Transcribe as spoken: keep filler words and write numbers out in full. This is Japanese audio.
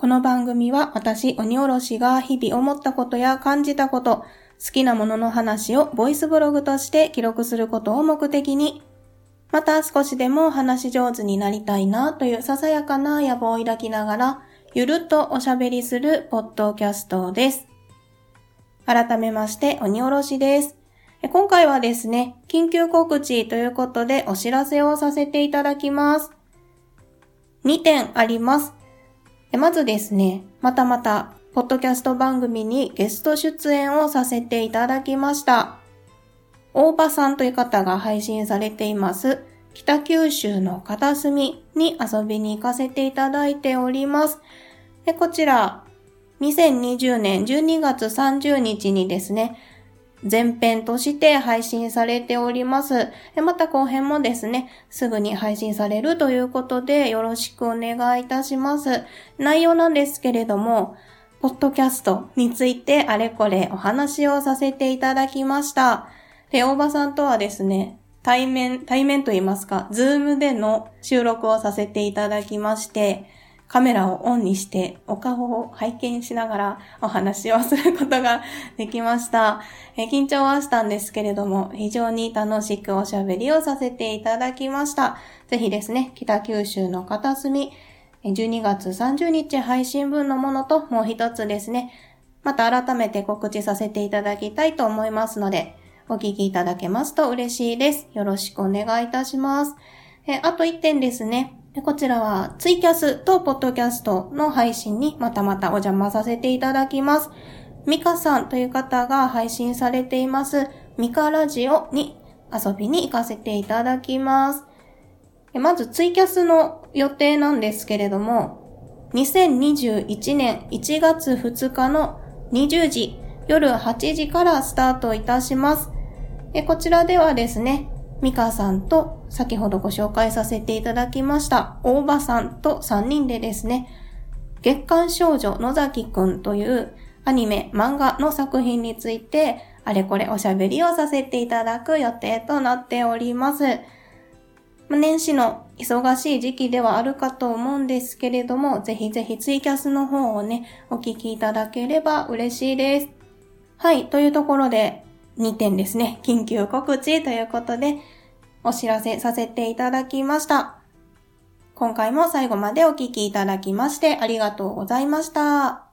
この番組は私、鬼おろしが日々思ったことや感じたこと、好きなものの話をボイスブログとして記録することを目的に、また少しでも話し上手になりたいなというささやかな野望を抱きながら、ゆるっとおしゃべりするポッドキャストです。改めまして、鬼おろしです。今回はですね、緊急告知ということでお知らせをさせていただきます。にてんあります。まずですね、またまた、ポッドキャスト番組にゲスト出演をさせていただきました。大場さんという方が配信されています、北九州の片隅に遊びに行かせていただいております。でこちら、にせんにじゅうねんじゅうにがつさんじゅうにちにですね、前編として配信されております。また後編もですね、すぐに配信されるということでよろしくお願いいたします。内容なんですけれども、ポッドキャストについてあれこれお話をさせていただきました。で、大場さんとはですね、対面、対面といいますか、ズームでの収録をさせていただきまして、カメラをオンにしてお顔を拝見しながらお話をすることができました。え緊張はしたんですけれども、非常に楽しくおしゃべりをさせていただきました。ぜひですね、北九州の片隅、じゅうにがつさんじゅうにち配信分のものともう一つですね、また改めて告知させていただきたいと思いますので、お聞きいただけますと嬉しいです。よろしくお願いいたします。えあといってんですね。こちらはツイキャスとポッドキャストの配信にまたまたお邪魔させていただきます。ミカさんという方が配信されていますミカラジオに遊びに行かせていただきます。まずツイキャスの予定なんですけれども、にせんにじゅういちねんいちがつふつかのにじゅうじ、夜はちじからスタートいたします。こちらではですね、ミカさんと先ほどご紹介させていただきました大場さんとさんにんでですね、月刊少女野崎くんというアニメ漫画の作品についてあれこれおしゃべりをさせていただく予定となっております。年始の忙しい時期ではあるかと思うんですけれども、ぜひぜひツイキャスの方をね、お聞きいただければ嬉しいです。はい、というところでにてんですね、緊急告知ということでお知らせさせていただきました。今回も最後までお聞きいただきましてありがとうございました。